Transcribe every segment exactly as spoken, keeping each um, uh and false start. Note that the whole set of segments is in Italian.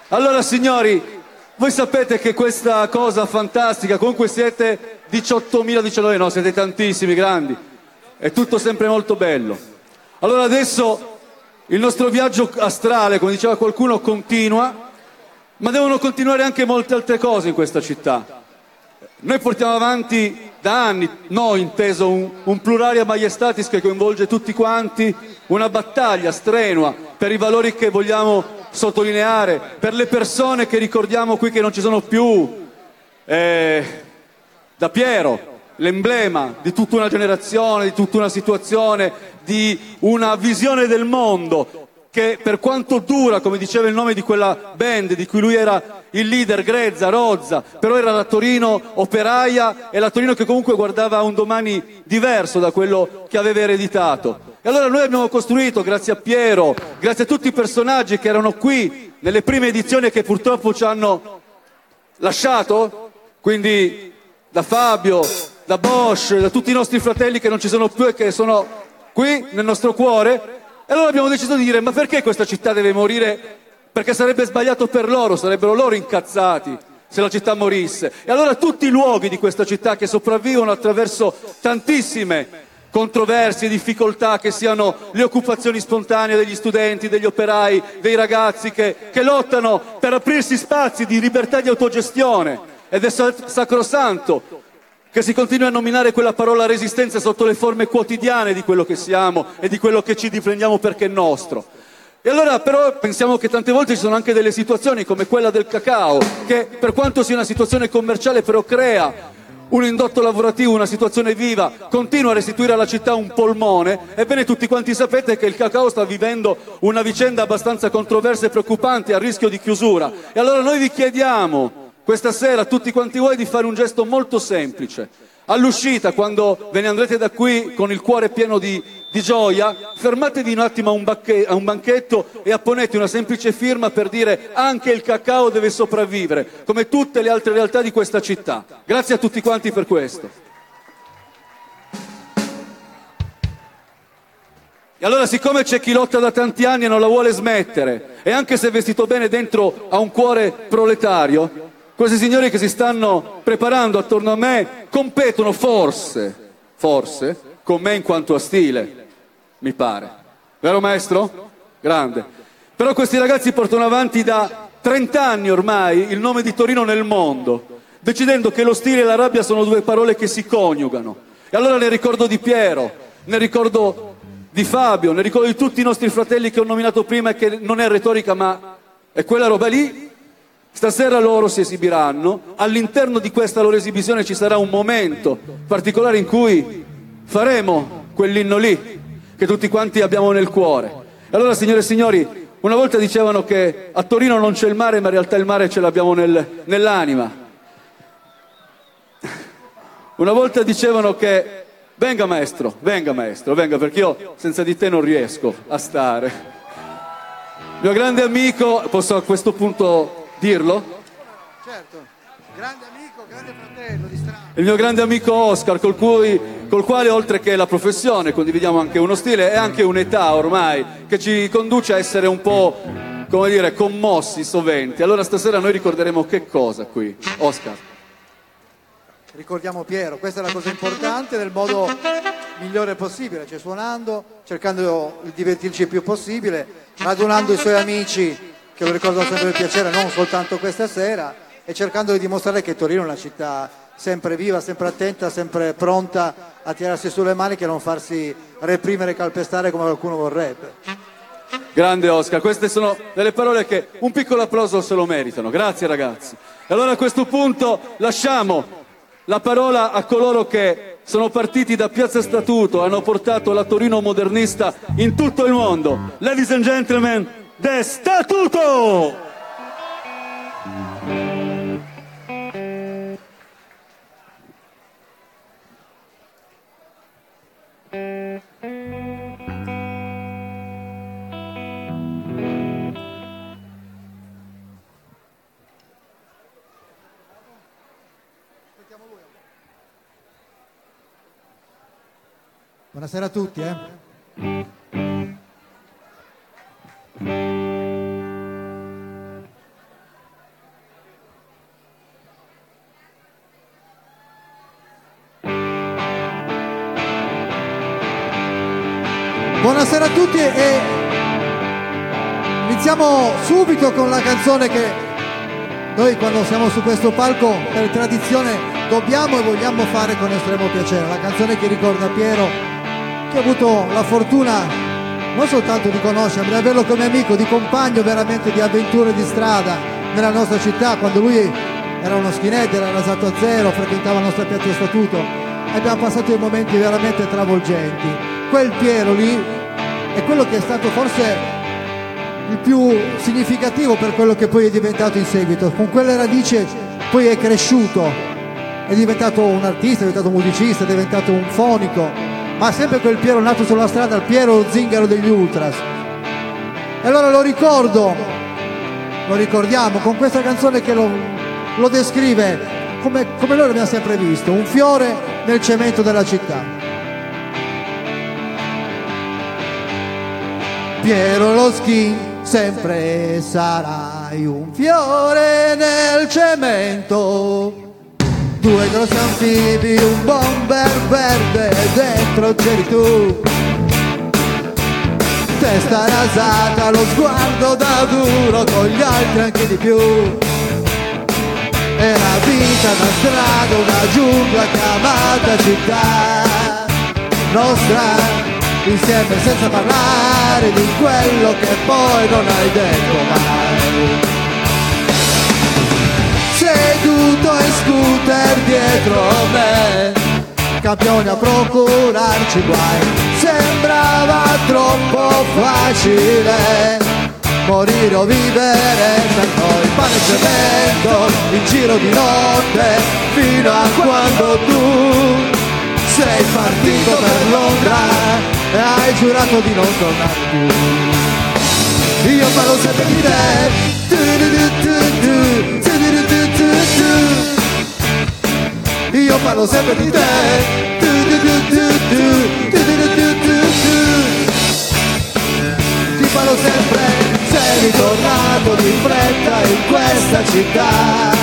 Allora signori, voi sapete che questa cosa fantastica, comunque siete diciottomila, diciannove, no, siete tantissimi, grandi, è tutto sempre molto bello. Allora adesso il nostro viaggio astrale, come diceva qualcuno, continua, ma devono continuare anche molte altre cose in questa città. Noi portiamo avanti da anni, no inteso un, un pluralia maiestatis che coinvolge tutti quanti, una battaglia strenua per i valori che vogliamo sottolineare, per le persone che ricordiamo qui che non ci sono più. Eh, da Piero, l'emblema di tutta una generazione, di tutta una situazione, di una visione del mondo che, per quanto dura, come diceva il nome di quella band di cui lui era il leader, Grezza, Rozza, però era la Torino operaia e la Torino che comunque guardava a un domani diverso da quello che aveva ereditato. E allora noi abbiamo costruito, grazie a Piero, grazie a tutti i personaggi che erano qui nelle prime edizioni e che purtroppo ci hanno lasciato, quindi da Fabio, da Bosch, da tutti i nostri fratelli che non ci sono più e che sono qui nel nostro cuore. E allora abbiamo deciso di dire: ma perché questa città deve morire? Perché sarebbe sbagliato per loro, sarebbero loro incazzati se la città morisse. E allora tutti i luoghi di questa città che sopravvivono attraverso tantissime controversie, difficoltà, che siano le occupazioni spontanee degli studenti, degli operai, dei ragazzi che, che lottano per aprirsi spazi di libertà di autogestione, ed è sacrosanto che si continui a nominare quella parola resistenza sotto le forme quotidiane di quello che siamo e di quello che ci difendiamo perché è nostro. E allora però pensiamo che tante volte ci sono anche delle situazioni come quella del cacao, che per quanto sia una situazione commerciale però crea un indotto lavorativo, una situazione viva, continua a restituire alla città un polmone. Ebbene, tutti quanti sapete che il cacao sta vivendo una vicenda abbastanza controversa e preoccupante, a rischio di chiusura. E allora noi vi chiediamo questa sera, tutti quanti voi, di fare un gesto molto semplice. All'uscita, quando ve ne andrete da qui con il cuore pieno di, di gioia, fermatevi un attimo a un, bacche, a un banchetto e apponete una semplice firma per dire: anche il cacao deve sopravvivere, come tutte le altre realtà di questa città. Grazie a tutti quanti per questo. E allora, siccome c'è chi lotta da tanti anni e non la vuole smettere, e anche se vestito bene dentro ha un cuore proletario, questi signori che si stanno preparando attorno a me competono forse, forse, con me in quanto a stile, mi pare. Vero maestro? Grande. Però questi ragazzi portano avanti da trent'anni ormai il nome di Torino nel mondo, decidendo che lo stile e la rabbia sono due parole che si coniugano. E allora ne ricordo di Piero, ne ricordo di Fabio, ne ricordo di tutti i nostri fratelli che ho nominato prima e che non è retorica ma è quella roba lì. Stasera loro si esibiranno, all'interno di questa loro esibizione ci sarà un momento particolare in cui faremo quell'inno lì che tutti quanti abbiamo nel cuore. E allora, signore e signori, una volta dicevano che a Torino non c'è il mare, ma in realtà il mare ce l'abbiamo nel, nell'anima. Una volta dicevano che venga maestro, venga maestro, venga, perché io senza di te non riesco a stare. Il mio grande amico, posso a questo punto dirlo? Certo, grande amico, grande fratello di strada. Il mio grande amico Oscar, col, cui, col quale oltre che la professione condividiamo anche uno stile e anche un'età ormai che ci conduce a essere un po', come dire, commossi, soventi. Allora stasera noi ricorderemo che cosa qui? Oscar. Ricordiamo Piero, questa è la cosa importante, nel modo migliore possibile, cioè suonando, cercando di divertirci il più possibile, radunando i suoi amici che lo ricordano sempre per piacere, non soltanto questa sera, e cercando di dimostrare che Torino è una città sempre viva, sempre attenta, sempre pronta a tirarsi sulle mani, che non farsi reprimere e calpestare come qualcuno vorrebbe. Grande Oscar, queste sono delle parole che un piccolo applauso se lo meritano. Grazie ragazzi. E allora a questo punto lasciamo la parola a coloro che sono partiti da Piazza Statuto, hanno portato la Torino modernista in tutto il mondo. Ladies and gentlemen, The Statuto! Buonasera a tutti, eh? Buonasera a tutti e iniziamo subito con la canzone che noi quando siamo su questo palco per tradizione dobbiamo e vogliamo fare con estremo piacere. La canzone che ricorda Piero, che ho avuto la fortuna non soltanto di conoscere, ma di averlo come amico, di compagno veramente di avventure di strada nella nostra città, quando lui era uno skinhead, era rasato a zero, frequentava la nostra piazza statuto e abbiamo passato dei momenti veramente travolgenti. Quel Piero lì è quello che è stato forse il più significativo per quello che poi è diventato in seguito. Con quelle radici poi è cresciuto, è diventato un artista, è diventato un musicista, è diventato un fonico, ma sempre quel Piero nato sulla strada, il Piero Zingaro degli Ultras. E allora lo ricordo, lo ricordiamo con questa canzone che lo, lo descrive come, come noi l'abbiamo sempre visto, un fiore nel cemento della città. Piero Loschi, sempre sarai un fiore nel cemento, due grossi anfibi, un bomber verde, dentro c'eri tu, testa rasata, lo sguardo da duro, con gli altri anche di più, è la vita una strada, una giungla chiamata città nostra, insieme senza parlare di quello che poi non hai detto mai. Seduto in scooter dietro me, campioni a procurarci guai, sembrava troppo facile morire o vivere per noi. Pane e cemento, in giro di notte, fino a quando tu sei partito per Londra e hai giurato di non tornare più. Io parlo sempre di te, io parlo sempre di te, ti parlo sempre, sei ritornato di fretta in questa città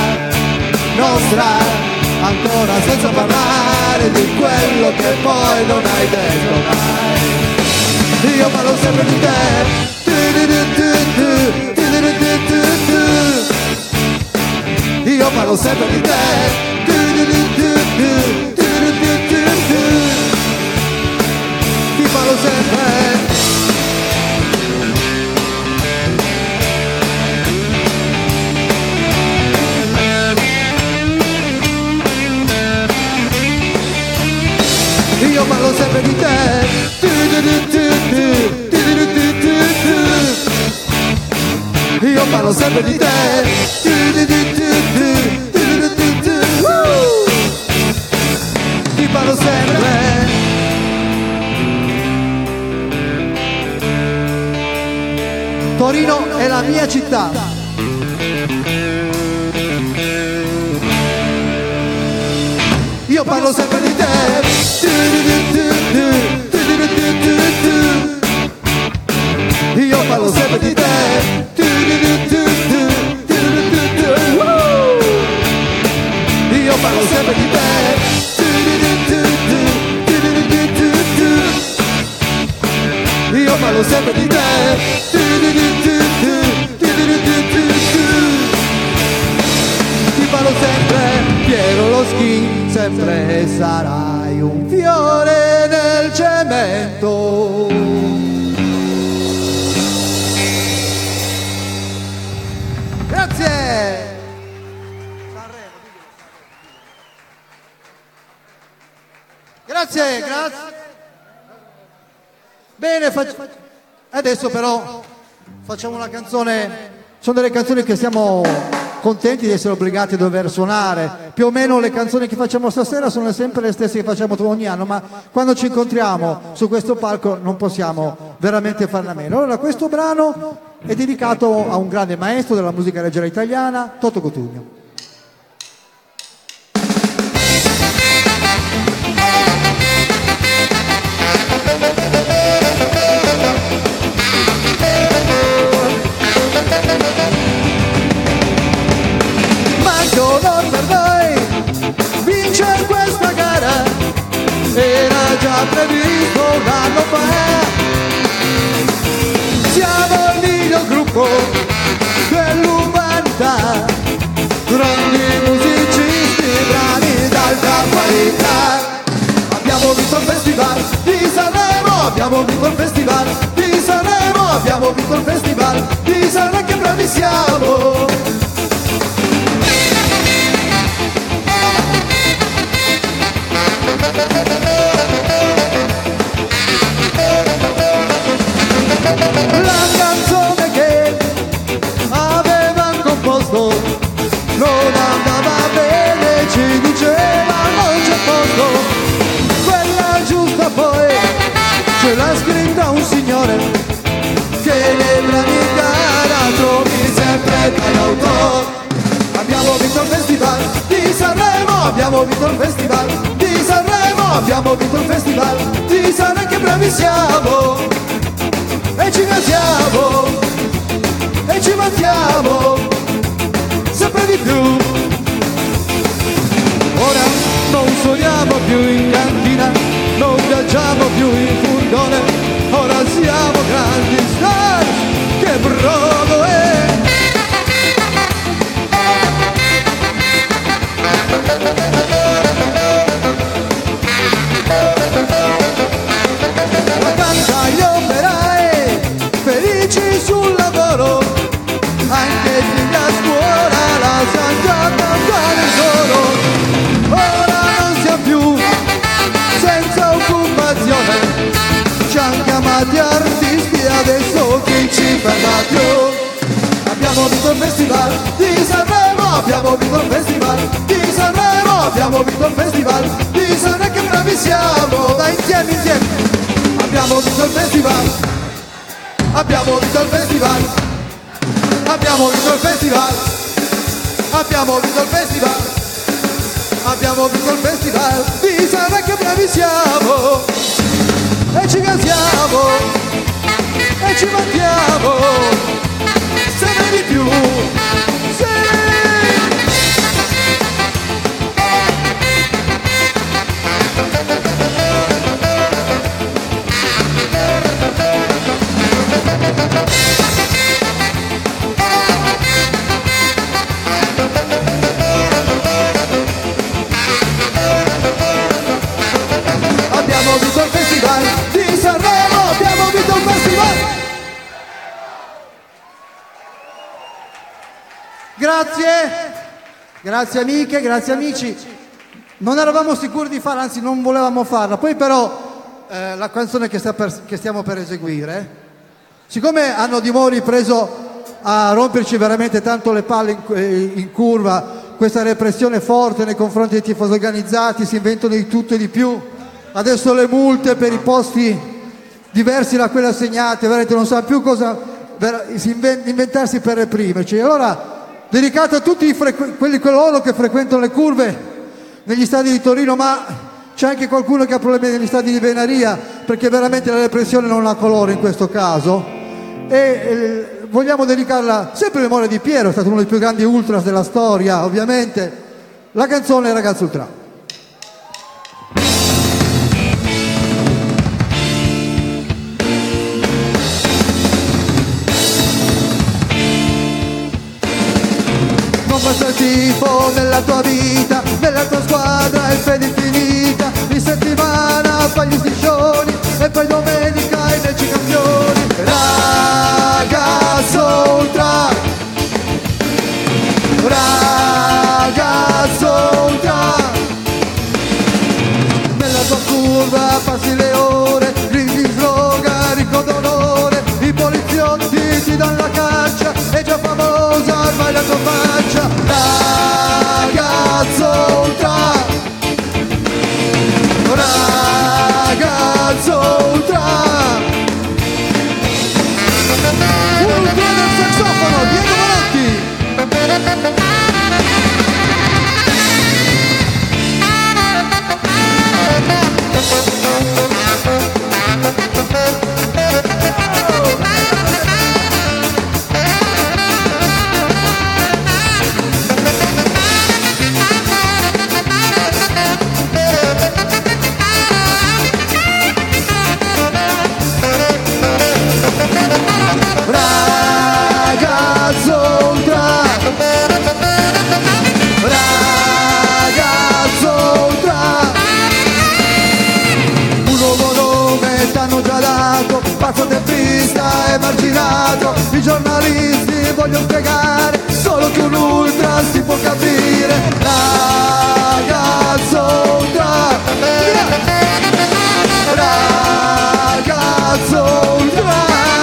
nostra, ancora senza parlare di quello che poi non hai detto mai. Io parlo sempre di te, io parlo sempre di te, ti parlo sempre. Io parlo sempre di te, io parlo sempre di te, ti parlo sempre. Torino è la mia città. Io parlo sempre di te, io parlo sempre di te, io parlo sempre di te, io parlo sempre di te, ti parlo sempre. Piero Loschi, sempre sarai un fiore nel cemento. Grazie. Grazie, grazie. Bene, fac- adesso però facciamo una canzone. Sono delle canzoni che siamo contenti di essere obbligati a dover suonare. Più o meno le canzoni che facciamo stasera sono sempre le stesse che facciamo ogni anno, ma quando ci incontriamo su questo palco non possiamo veramente farne a meno. Allora questo brano è dedicato a un grande maestro della musica leggera italiana, Toto Cutugno. Dolor per noi, vince questa gara, era già previsto un anno fa, abbiamo vinto il festival di Sanremo, abbiamo vinto il festival di Sanremo, che bravi siamo. La canzone che avevano composto non andava bene, ci diceva non c'è posto. Quella giusta poi ce l'ha scritta un signore che nei brani gara trovi sempre dall'autore. Abbiamo vinto il festival di Sanremo, abbiamo vinto il festival di Sanremo, abbiamo vinto il festival di Sanremo, che bravi siamo. E ci cantiamo, e ci vantiamo sempre di più. Ora non suoniamo più in cantina, non viaggiamo più in furgone, ora siamo grandi star, che brodo è! La canta gli operai, felici sul lavoro, anche figli a scuola la sanno già cantare solo. Ora non siamo più senza occupazione, ci hanno chiamati artisti, adesso chi ci ferma più? Abbiamo vinto il festival di Sanremo, abbiamo vinto il festival di Sanremo, abbiamo vinto il festival di Sanremo, che bravi siamo. Dai, insieme, insieme. Abbiamo vinto il festival, abbiamo vinto il festival, abbiamo vinto il festival, abbiamo vinto il festival, abbiamo vinto il festival di Sanremo, che bravi siamo. E ci cantiamo, e ci vantiamo sempre di più. Sì. Abbiamo vinto il festival di Sanremo, abbiamo vinto il festival. Grazie, grazie amiche, grazie amici. Non eravamo sicuri di farla, anzi non volevamo farla. Poi però eh, la canzone che, sta per, che stiamo per eseguire, siccome hanno di Mori preso a romperci veramente tanto le palle in, in curva, questa repressione forte nei confronti dei tifosi organizzati, si inventano di tutto e di più. Adesso le multe per i posti diversi da quelle assegnate, veramente non sa più cosa inventarsi per reprimerci. Allora, dedicato a tutti i frequ- quelli coloro che frequentano le curve negli stadi di Torino, ma c'è anche qualcuno che ha problemi negli stadi di Venaria, perché veramente la repressione non ha colore in questo caso. E eh, vogliamo dedicarla sempre in memoria di Piero, è stato uno dei più grandi ultras della storia, ovviamente. La canzone Ragazzo Ultra. Questo tifo nella tua vita, nella tua squadra è fede infinita, di settimana fai gli striscioni e poi domenica invece campioni. Ragazzo ultra, ragazzo ultra, nella tua curva passi le ore, gridi slogan, ricordo d'onore, i poliziotti ti danno la caccia, è già famosa ormai la tua faccia. Ragazzo ultra, ragazzo ultra, ultra del sassofono, Diego Malotti. Ragazzo ultra, voglio spiegare, solo che un ultra si può capire. Ragazzo ultra, ragazzo ultra.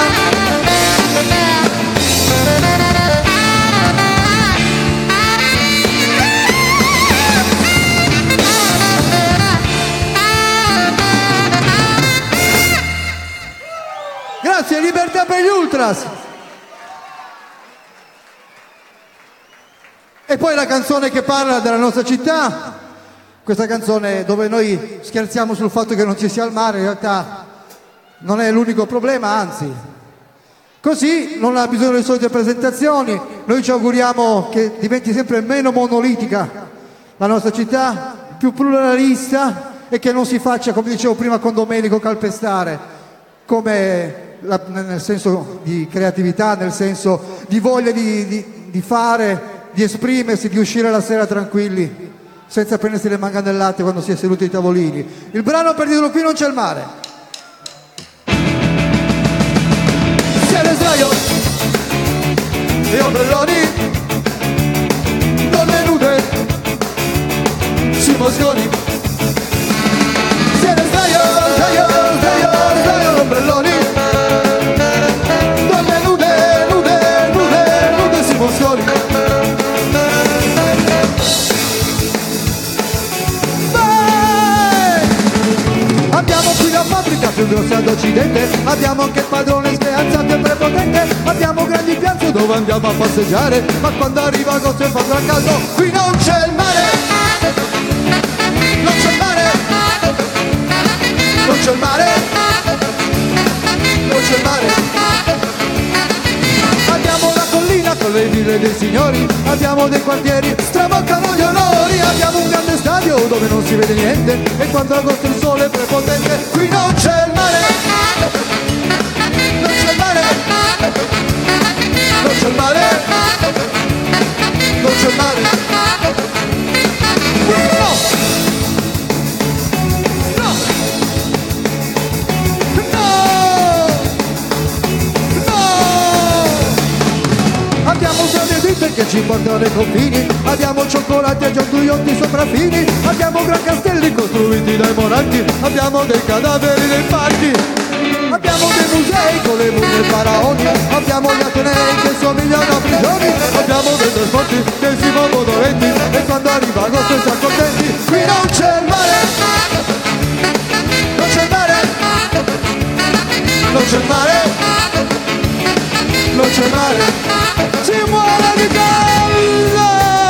Grazie, libertà per gli ultras. E poi la canzone che parla della nostra città, questa canzone dove noi scherziamo sul fatto che non ci sia il mare, in realtà non è l'unico problema, anzi. Così non ha bisogno delle solite presentazioni, noi ci auguriamo che diventi sempre meno monolitica la nostra città, più pluralista e che non si faccia, come dicevo prima con Domenico, calpestare, come la, nel senso di creatività, nel senso di voglia di, di, di fare, di esprimersi, di uscire la sera tranquilli, senza prendersi le manganellate quando si è seduti ai tavolini. Il brano per dirlo qui non c'è il mare. Siete sdraio e ombrelloni, donne nude, sui mosconi. Siete sdraio, sdraio, sdraio, sdraio, ombrelloni, donne nude, nude, nude, nude, sui mosconi. Abbiamo qui la fabbrica più grossa d'Occidente, abbiamo anche il padrone spianzato e prepotente, abbiamo grandi piazze dove andiamo a passeggiare, ma quando arriva agosto e fa tra caldo, qui non c'è il mare, non c'è il mare, non c'è il mare, non c'è il mare. Abbiamo la collina con le ville dei signori, abbiamo dei quartieri, straboccano gli onori, abbiamo un grande stadio dove non si vede niente e quando agosto il sole è prepotente, qui non c'è il mare, non c'è il mare, non c'è il mare, non c'è il mare. No! No! Abbiamo grandi dritte che ci portano ai confini, abbiamo cioccolati e gianduiotti sopraffini, abbiamo gran castelli costruiti dai moranti, abbiamo dei cadaveri nei parchi, abbiamo dei musei con le mumie e faraoni, abbiamo gli atenei che somigliano a prigioni, abbiamo dei trasporti che si muovono lenti e quando arriva agosto siamo contenti, qui non c'è il mare, non c'è il mare, non c'è il mare, non c'è il mare. Si muore di bello!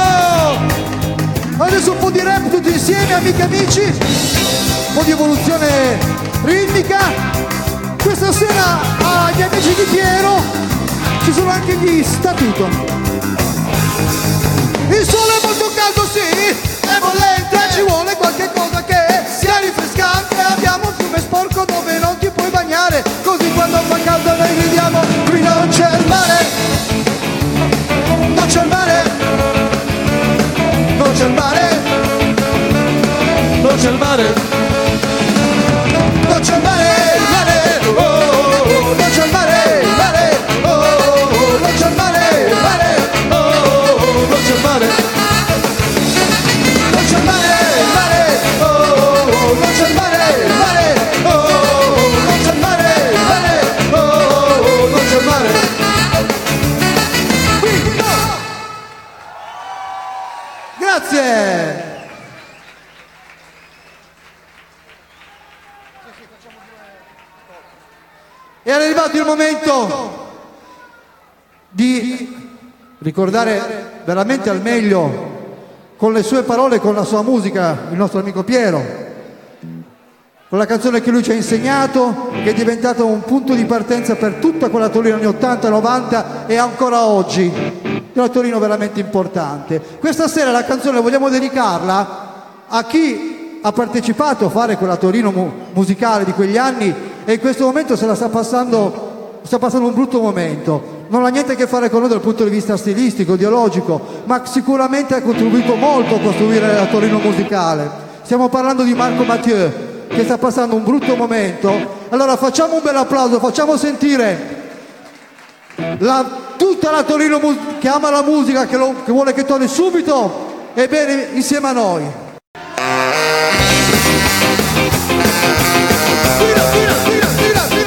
Adesso un po' di rap tutti insieme, amiche e amici, un po' di evoluzione ritmica. Questa sera agli amici di Piero ci sono anche gli Statuto. Il sole è molto caldo, sì, è bollente, ci vuole qualche cosa che sia rinfrescante. Abbiamo un fiume sporco dove non ti puoi bagnare, così quando fa caldo noi gridiamo, qui non c'è il mare. Non c'è il mare, non c'è il mare, non c'è il mare, non c'è il mare, il mare, oh, oh, oh, non c'è il mare, il mare, oh, oh, oh, non c'è il mare, il mare, oh, oh, oh, non c'è il mare, non c'è il mare, il mare, oh, oh, oh, non c'è il mare, il mare, oh, oh, oh, non c'è il mare, il mare, oh, oh, oh, non c'è il mare. Grazie! È arrivato il momento di ricordare veramente al meglio, con le sue parole e con la sua musica, il nostro amico Piero, con la canzone che lui ci ha insegnato, che è diventata un punto di partenza per tutta quella Torino anni ottanta novanta e ancora oggi. Una Torino veramente importante. Questa sera la canzone vogliamo dedicarla a chi ha partecipato a fare quella Torino mu- musicale di quegli anni e in questo momento se la sta passando, sta passando un brutto momento. Non ha niente a che fare con noi dal punto di vista stilistico, ideologico, ma sicuramente ha contribuito molto a costruire la Torino musicale. Stiamo parlando di Marco Mathieu, che sta passando un brutto momento. Allora facciamo un bel applauso, facciamo sentire la tutta la Torino che ama la musica, che, lo, che vuole che torni subito, ebbene insieme a noi. Tira, tira, tira, tira, tira.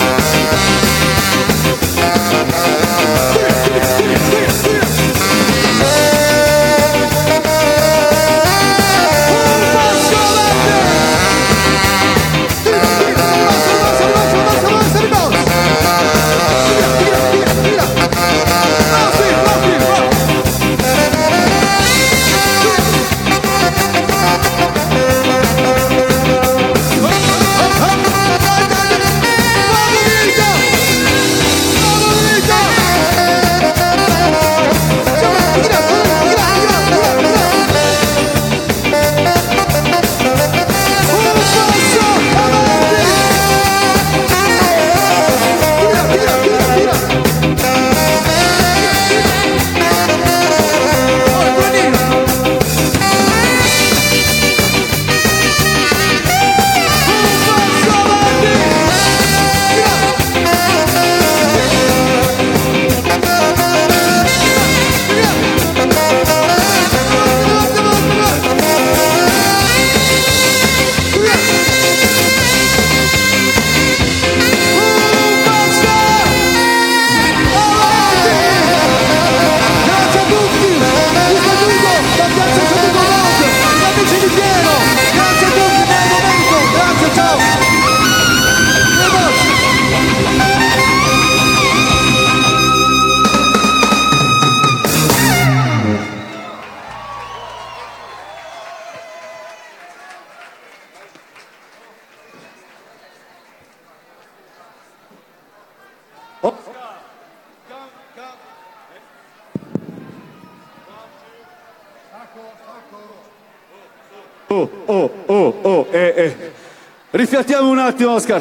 Oh, oh, oh, oh, eh, eh. Rifiattiamo un attimo, Oscar.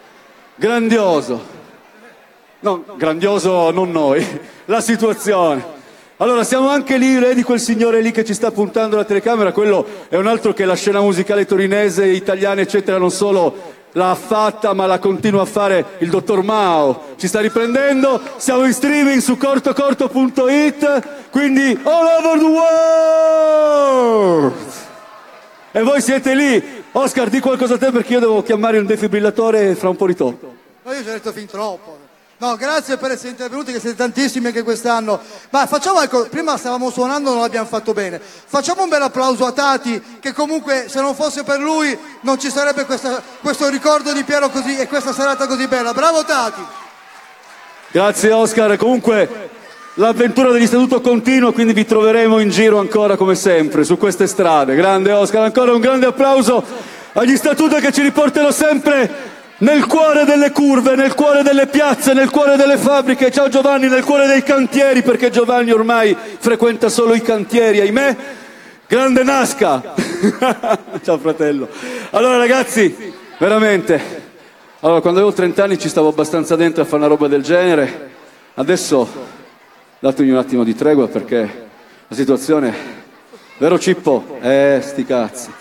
Grandioso. No, grandioso non noi, la situazione. Allora, siamo anche lì, vedi quel signore lì che ci sta puntando la telecamera, quello è un altro che la scena musicale torinese, italiana, eccetera, non solo l'ha fatta, ma la continua a fare il dottor Mao. Ci sta riprendendo, siamo in streaming su corto corto punto it, quindi all over the world! E voi siete lì. Oscar, di qualcosa a te perché io devo chiamare un defibrillatore fra un po' ritorno. Ma io ci ho detto fin troppo. No, grazie per essere intervenuti, che siete tantissimi anche quest'anno. Ma facciamo, ecco, prima stavamo suonando, non l'abbiamo fatto bene. Facciamo un bel applauso a Tati, che comunque se non fosse per lui non ci sarebbe questa, questo ricordo di Piero così e questa serata così bella. Bravo Tati! Grazie Oscar, comunque l'avventura dell'istituto continua, quindi vi troveremo in giro ancora come sempre su queste strade. Grande Oscar, ancora un grande applauso agli statuti che ci riportano sempre nel cuore delle curve, nel cuore delle piazze, nel cuore delle fabbriche. Ciao Giovanni, nel cuore dei cantieri, perché Giovanni ormai frequenta solo i cantieri, ahimè. Grande Nasca! Ciao fratello. Allora ragazzi, veramente, allora, quando avevo trenta anni ci stavo abbastanza dentro a fare una roba del genere. Adesso datemi un attimo di tregua perché la situazione, vero Cippo? Eh, sti cazzi.